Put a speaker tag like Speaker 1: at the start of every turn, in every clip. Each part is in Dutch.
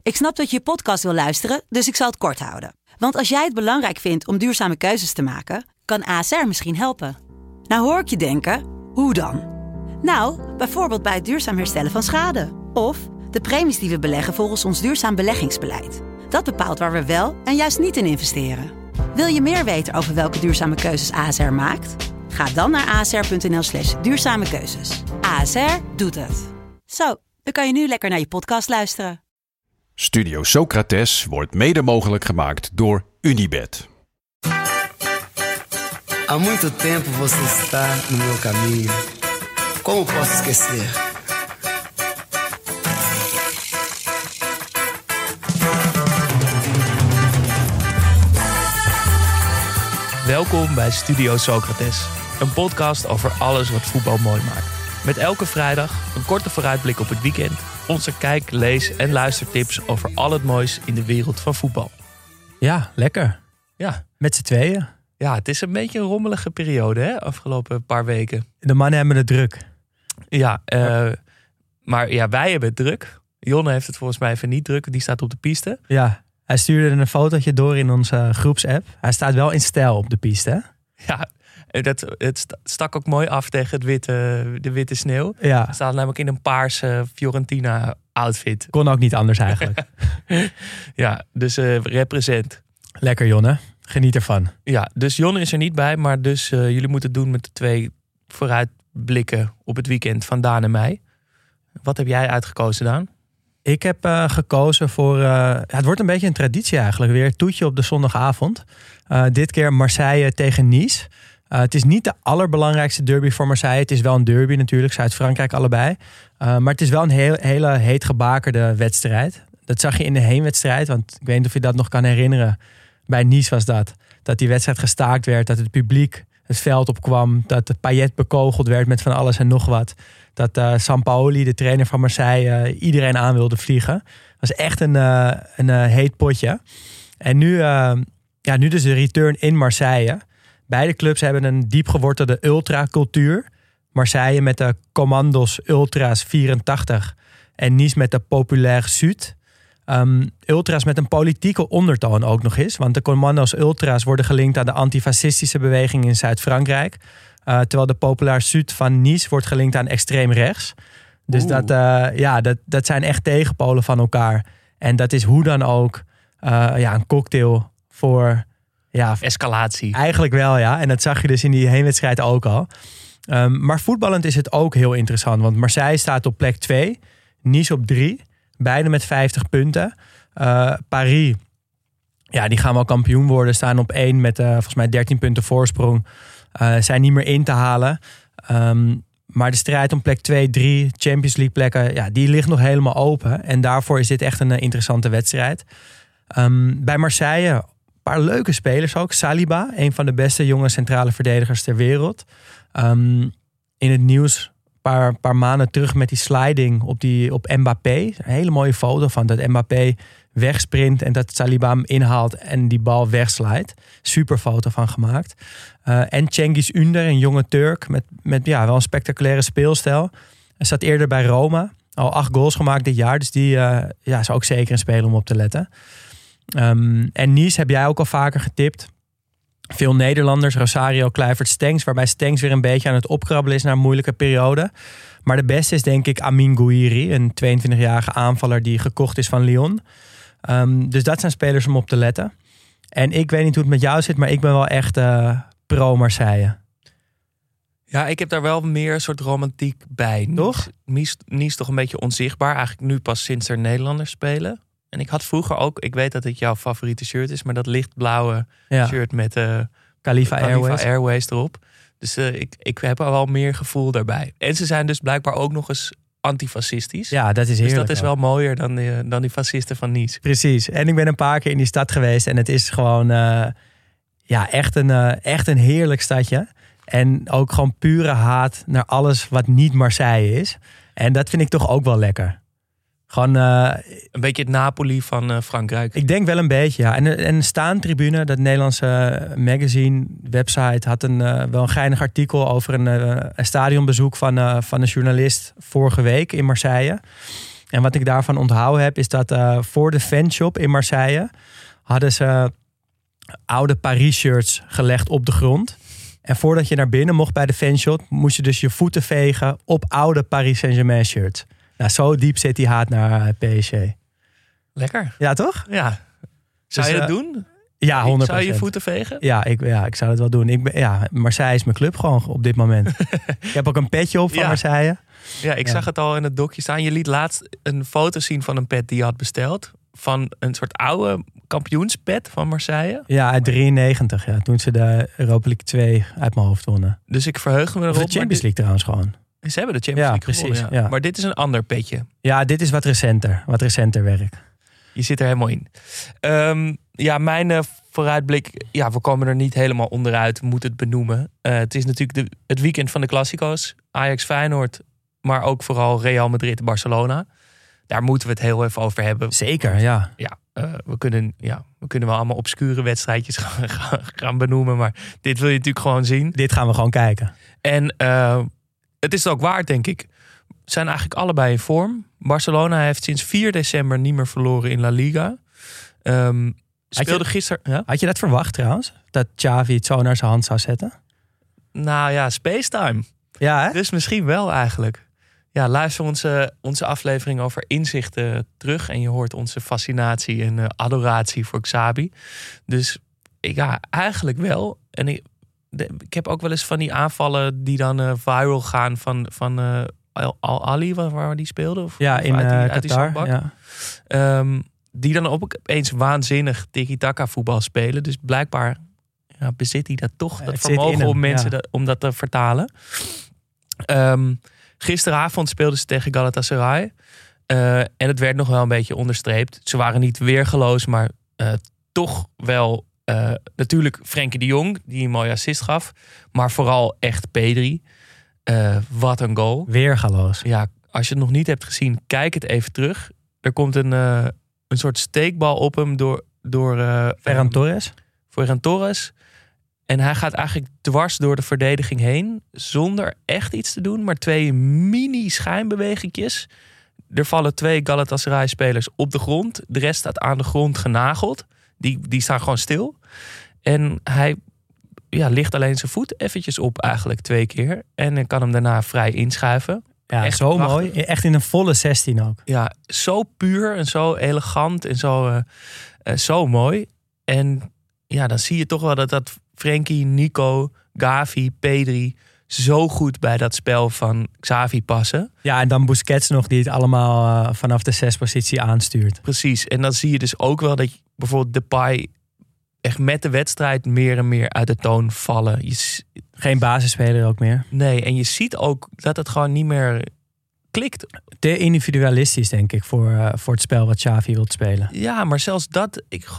Speaker 1: Ik snap dat je podcast wil luisteren, dus ik zal het kort houden. Want als jij het belangrijk vindt om duurzame keuzes te maken, kan ASR misschien helpen. Nou hoor ik je denken, hoe dan? Nou, bijvoorbeeld bij het duurzaam herstellen van schade. Of de premies die we beleggen volgens ons duurzaam beleggingsbeleid. Dat bepaalt waar we wel en juist niet in investeren. Wil je meer weten over welke duurzame keuzes ASR maakt? Ga dan naar asr.nl/duurzame keuzes. ASR doet het. Zo, dan kan je nu lekker naar je podcast luisteren.
Speaker 2: Studio Socrates wordt mede mogelijk gemaakt door Unibet.
Speaker 3: Há muito tempo você está no meu caminho. Como posso esquecer?
Speaker 4: Welkom bij Studio Socrates, een podcast over alles wat voetbal mooi maakt. Met elke vrijdag een korte vooruitblik op het weekend, onze kijk-, lees- en luistertips over al het moois in de wereld van voetbal.
Speaker 5: Ja, lekker.
Speaker 4: Ja.
Speaker 5: Met z'n tweeën.
Speaker 4: Ja, het is een beetje een rommelige periode, hè, afgelopen paar weken.
Speaker 5: De mannen hebben het druk.
Speaker 4: Ja, maar ja, wij hebben het druk. Jonne heeft het volgens mij even niet druk, die staat op de piste.
Speaker 5: Ja, hij stuurde een fotootje door in onze groepsapp. Hij staat wel in stijl op de piste, hè?
Speaker 4: Ja, het stak ook mooi af tegen de witte sneeuw.
Speaker 5: Ja.
Speaker 4: Hij staat namelijk in een paarse Fiorentina-outfit.
Speaker 5: Kon ook niet anders eigenlijk.
Speaker 4: Ja, dus represent.
Speaker 5: Lekker, Jonne. Geniet ervan.
Speaker 4: Ja, dus Jonne is er niet bij, maar dus jullie moeten het doen met de 2 vooruitblikken op het weekend van Daan en mij. Wat heb jij uitgekozen, Daan?
Speaker 5: Ik heb gekozen voor... het wordt een beetje een traditie eigenlijk. Weer een toetje op de zondagavond. Dit keer Marseille tegen Nice. Het is niet de allerbelangrijkste derby voor Marseille. Het is wel een derby natuurlijk. Zuid-Frankrijk allebei. Maar het is wel een hele heet gebakerde wedstrijd. Dat zag je in de heenwedstrijd. Want ik weet niet of je dat nog kan herinneren. Bij Nice was dat die wedstrijd gestaakt werd. Dat het publiek het veld opkwam. Dat de Payet bekogeld werd met van alles en nog wat. Dat Sampaoli, de trainer van Marseille, iedereen aan wilde vliegen. Dat was echt een heet potje. En nu dus de return in Marseille. Beide clubs hebben een diep gewortelde ultra-cultuur. Marseille met de Commandos Ultras 84 en Nice met de Populaire Sud. Ultras met een politieke ondertoon ook nog eens. Want de Commandos Ultras worden gelinkt aan de antifascistische beweging in Zuid-Frankrijk. Terwijl de Populaire Sud van Nice wordt gelinkt aan extreem rechts. Dus dat zijn echt tegenpolen van elkaar. En dat is hoe dan ook een cocktail voor... Ja,
Speaker 4: escalatie.
Speaker 5: Eigenlijk wel, ja. En dat zag je dus in die heenwedstrijd ook al. Maar voetballend is het ook heel interessant. Want Marseille staat op plek 2. Nice op 3. Beide met 50 punten. Paris, ja, die gaan wel kampioen worden. Staan op 1 met volgens mij 13 punten voorsprong. Zijn niet meer in te halen. Maar de strijd om plek 2, 3 Champions League plekken, ja, die ligt nog helemaal open. En daarvoor is dit echt een interessante wedstrijd. Bij Marseille, een paar leuke spelers ook. Saliba, een van de beste jonge centrale verdedigers ter wereld. In het nieuws een paar maanden terug met die sliding op Mbappé. Een hele mooie foto van dat Mbappé wegsprint en dat Saliba hem inhaalt en die bal wegslijt. Super foto van gemaakt. En Cengiz Ünder, een jonge Turk met wel een spectaculaire speelstijl. Hij zat eerder bij Roma. Al 8 goals gemaakt dit jaar. Dus die is ook zeker een speler om op te letten. En Nice heb jij ook al vaker getipt. Veel Nederlanders, Rosario, Kluivert, Stengs. Waarbij Stengs weer een beetje aan het opkrabbelen is naar een moeilijke periode. Maar de beste is denk ik Amin Gouiri. Een 22-jarige aanvaller die gekocht is van Lyon. Dus dat zijn spelers om op te letten. En ik weet niet hoe het met jou zit, maar ik ben wel echt pro-Marseille.
Speaker 4: Ja, ik heb daar wel meer een soort romantiek bij.
Speaker 5: Toch?
Speaker 4: Nice is toch een beetje onzichtbaar. Eigenlijk nu pas sinds er Nederlanders spelen. En ik had vroeger ook, ik weet dat het jouw favoriete shirt is, maar dat lichtblauwe shirt met
Speaker 5: Khalifa
Speaker 4: Airways erop. Dus ik heb er wel meer gevoel daarbij. En ze zijn dus blijkbaar ook nog eens antifascistisch.
Speaker 5: Ja, dat is heerlijk.
Speaker 4: Dus dat is wel mooier dan die fascisten van Nice.
Speaker 5: Precies. En ik ben een paar keer in die stad geweest en het is gewoon echt een heerlijk stadje. En ook gewoon pure haat naar alles wat niet Marseille is. En dat vind ik toch ook wel lekker. Gewoon
Speaker 4: een beetje het Napoli van Frankrijk.
Speaker 5: Ik denk wel een beetje, ja. En een staantribune, dat Nederlandse magazine, website, had wel een geinig artikel over een stadionbezoek van een journalist vorige week in Marseille. En wat ik daarvan onthouden heb, is dat voor de fanshop in Marseille hadden ze oude Paris-shirts gelegd op de grond. En voordat je naar binnen mocht bij de fanshop, moest je dus je voeten vegen op oude Paris Saint-Germain shirts. Nou, zo diep zit die haat naar PSG.
Speaker 4: Lekker.
Speaker 5: Ja, toch?
Speaker 4: Ja. Zou je dat doen?
Speaker 5: Ja, 100%.
Speaker 4: Zou je je voeten vegen?
Speaker 5: Ja, ik zou dat wel doen. Marseille is mijn club gewoon op dit moment. Ik heb ook een petje op van Marseille.
Speaker 4: Ja, ik zag het al in het dokje staan. Je liet laatst een foto zien van een pet die je had besteld. Van een soort oude kampioenspet van Marseille.
Speaker 5: Ja, uit 93. Ja, toen ze de Europa League 2 uit mijn hoofd wonnen.
Speaker 4: Dus ik verheug me erop.
Speaker 5: Of de Champions League trouwens gewoon.
Speaker 4: Ze hebben de Champions League
Speaker 5: precies,
Speaker 4: gewonnen. Ja.
Speaker 5: Ja.
Speaker 4: Maar dit is een ander petje.
Speaker 5: Ja, dit is wat recenter werk.
Speaker 4: Je zit er helemaal in. Mijn vooruitblik. Ja, we komen er niet helemaal onderuit. Moet het benoemen. Het is natuurlijk het weekend van de Classico's. Ajax Feyenoord. Maar ook vooral Real Madrid Barcelona. Daar moeten we het heel even over hebben.
Speaker 5: Zeker, ja.
Speaker 4: Ja, we kunnen wel allemaal obscure wedstrijdjes gaan benoemen. Maar dit wil je natuurlijk gewoon zien.
Speaker 5: Dit gaan we gewoon kijken.
Speaker 4: En het is het ook waard, denk ik. Zijn eigenlijk allebei in vorm. Barcelona heeft sinds 4 december niet meer verloren in La Liga. Speelde gisteren... Ja?
Speaker 5: Had je dat verwacht trouwens? Dat Xavi het zo naar zijn hand zou zetten?
Speaker 4: Nou ja, spacetime.
Speaker 5: Ja, hè?
Speaker 4: Dus misschien wel eigenlijk. Ja, luister onze aflevering over inzichten terug. En je hoort onze fascinatie en adoratie voor Xabi. Dus ja, eigenlijk wel. En ik heb ook wel eens van die aanvallen die dan viral gaan van Al-Ali, waar die speelde. Of
Speaker 5: in Qatar. Ja.
Speaker 4: Die dan opeens waanzinnig tiki-taka voetbal spelen. Dus blijkbaar bezit hij dat toch. Dat vermogen om mensen om dat te vertalen. Gisteravond speelden ze tegen Galatasaray. En het werd nog wel een beetje onderstreept. Ze waren niet weergeloos, maar toch wel natuurlijk Frenkie de Jong, die een mooie assist gaf. Maar vooral echt Pedri. Wat een goal.
Speaker 5: Weergaloos.
Speaker 4: Ja, als je het nog niet hebt gezien, kijk het even terug. Er komt een soort steekbal op hem door
Speaker 5: Ferran Torres.
Speaker 4: Ferran Torres. En hij gaat eigenlijk dwars door de verdediging heen. Zonder echt iets te doen. Maar 2 mini-schijnbewegingjes. Er vallen 2 Galatasaray-spelers op de grond. De rest staat aan de grond genageld. Die staan gewoon stil. En hij ligt alleen zijn voet eventjes op eigenlijk 2 keer. En kan hem daarna vrij inschuiven.
Speaker 5: Ja, echt zo prachtig. Mooi. Echt in een volle 16 ook.
Speaker 4: Ja, zo puur en zo elegant en zo mooi. En ja, dan zie je toch wel dat Frenkie, Nico, Gavi, Pedri zo goed bij dat spel van Xavi passen.
Speaker 5: Ja, en dan Busquets nog die het allemaal vanaf de 6-positie aanstuurt.
Speaker 4: Precies. En dan zie je dus ook wel dat je bijvoorbeeld Depay echt met de wedstrijd meer en meer uit de toon vallen.
Speaker 5: Geen basisspeler ook meer.
Speaker 4: Nee, en je ziet ook dat het gewoon niet meer klikt.
Speaker 5: Te individualistisch, denk ik, voor het spel wat Xavi wil spelen.
Speaker 4: Ja, maar zelfs dat,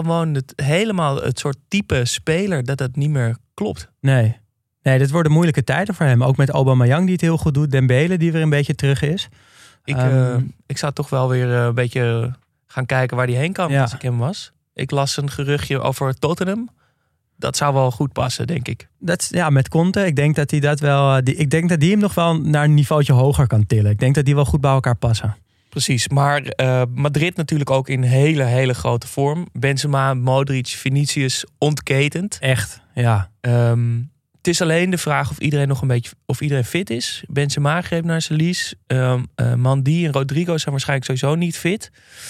Speaker 4: het soort type speler, dat niet meer klopt.
Speaker 5: Nee, dit worden moeilijke tijden voor hem. Ook met Aubameyang die het heel goed doet. Dembele die weer een beetje terug is.
Speaker 4: Ik zou toch wel weer een beetje gaan kijken waar hij heen kan als ik hem was. Ik las een geruchtje over Tottenham. Dat zou wel goed passen, denk ik.
Speaker 5: Met Conte. Ik denk dat hij dat wel. Ik denk dat die hem nog wel naar een niveautje hoger kan tillen. Ik denk dat die wel goed bij elkaar passen.
Speaker 4: Precies. Maar Madrid natuurlijk ook in hele, hele grote vorm. Benzema, Modric, Vinicius ontketend.
Speaker 5: Echt, ja.
Speaker 4: Het is alleen de vraag of iedereen fit is. Benzema greep naar zijn lies. Mandy en Rodrigo zijn waarschijnlijk sowieso niet fit.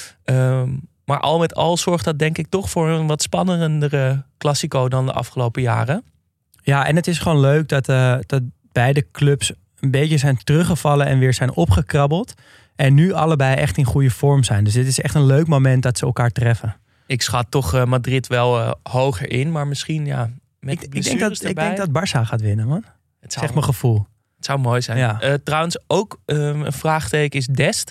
Speaker 4: Maar al met al zorgt dat denk ik toch voor een wat spannendere Classico dan de afgelopen jaren.
Speaker 5: Ja, en het is gewoon leuk dat beide clubs een beetje zijn teruggevallen en weer zijn opgekrabbeld. En nu allebei echt in goede vorm zijn. Dus dit is echt een leuk moment dat ze elkaar treffen.
Speaker 4: Ik schat toch Madrid wel hoger in, maar misschien met
Speaker 5: ik denk dat Barça gaat winnen, man. Zeg mijn gevoel.
Speaker 4: Het zou mooi zijn. Ja. Trouwens ook een vraagteken is Dest.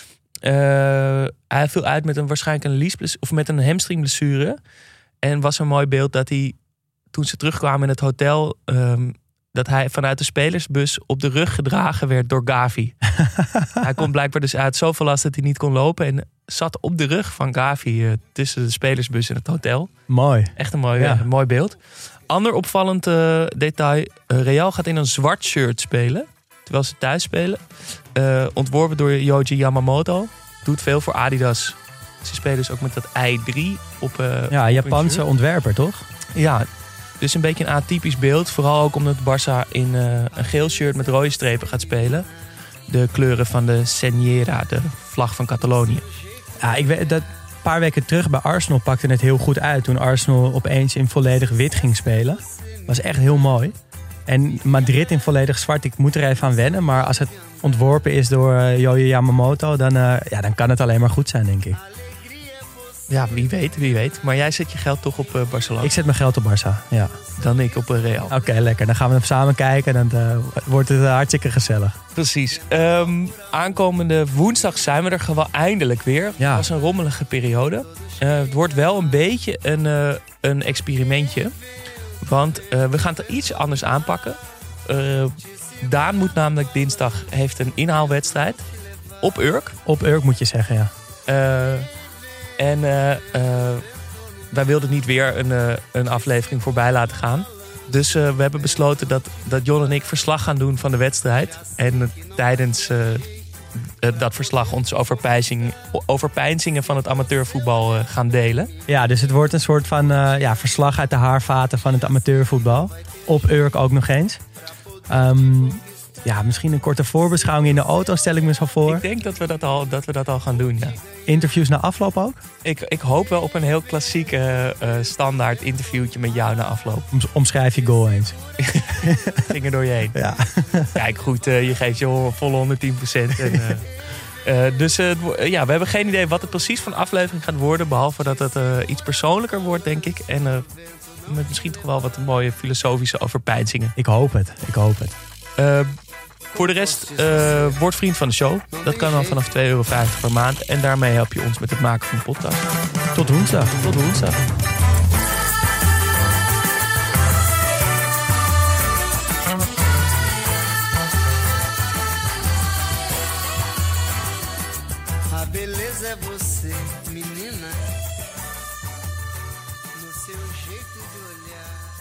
Speaker 4: Hij viel uit met met een hamstringblessure. En was een mooi beeld dat hij, toen ze terugkwamen in het hotel, dat hij vanuit de spelersbus op de rug gedragen werd door Gavi. Hij kon blijkbaar dus uit zoveel last dat hij niet kon lopen en zat op de rug van Gavi tussen de spelersbus en het hotel.
Speaker 5: Mooi.
Speaker 4: Echt een mooi beeld. Ander opvallend detail. Real gaat in een zwart shirt spelen, terwijl ze thuis spelen. Ontworpen door Yoji Yamamoto. doet veel voor Adidas. Ze spelen dus ook met dat I3 op
Speaker 5: Japanse ontwerper, toch?
Speaker 4: Ja, dus een beetje een atypisch beeld. Vooral ook omdat Barça in een geel shirt met rode strepen gaat spelen. De kleuren van de Senyera, de vlag van Catalonië.
Speaker 5: Ja, ik weet dat een paar weken terug bij Arsenal pakte het heel goed uit. Toen Arsenal opeens in volledig wit ging spelen. Was echt heel mooi. En Madrid in volledig zwart, ik moet er even aan wennen. Maar als het ontworpen is door Yohei Yamamoto, dan kan het alleen maar goed zijn, denk ik.
Speaker 4: Ja, wie weet. Maar jij zet je geld toch op Barcelona?
Speaker 5: Ik zet mijn geld op Barça, ja.
Speaker 4: Dan ik op Real.
Speaker 5: Oké, lekker. Dan gaan we hem samen kijken en dan wordt het hartstikke gezellig.
Speaker 4: Precies. Aankomende woensdag zijn we er gewoon eindelijk weer.
Speaker 5: Ja.
Speaker 4: Het was een rommelige periode. Het wordt wel een beetje een experimentje. Want we gaan het er iets anders aanpakken. Daan moet namelijk dinsdag heeft een inhaalwedstrijd op Urk.
Speaker 5: Op Urk moet je zeggen, ja.
Speaker 4: Wij wilden niet weer een aflevering voorbij laten gaan. Dus we hebben besloten dat Jon en ik verslag gaan doen van de wedstrijd. En tijdens dat verslag ons overpeinzingen van het amateurvoetbal gaan delen.
Speaker 5: Ja, dus het wordt een soort van verslag uit de haarvaten van het amateurvoetbal. Op Urk ook nog eens. Misschien een korte voorbeschouwing in de auto, stel ik me zo voor.
Speaker 4: Ik denk dat we dat al gaan doen, ja.
Speaker 5: Interviews na afloop ook?
Speaker 4: Ik hoop wel op een heel klassiek standaard interviewtje met jou na afloop.
Speaker 5: Omschrijf je goal eens.
Speaker 4: Ging er door je heen.
Speaker 5: Ja.
Speaker 4: Kijk, goed, je geeft je volle 110%. Dus we hebben geen idee wat het precies van aflevering gaat worden. Behalve dat het iets persoonlijker wordt, denk ik. En met misschien toch wel wat mooie filosofische overpeinzingen.
Speaker 5: Ik hoop het.
Speaker 4: Voor de rest, word vriend van de show. Dat kan dan vanaf €2,50 per maand. En daarmee help je ons met het maken van de podcast.
Speaker 5: Tot woensdag.
Speaker 4: Tot woensdag.
Speaker 3: A beleza é você, menina, no seu jeito de olhar.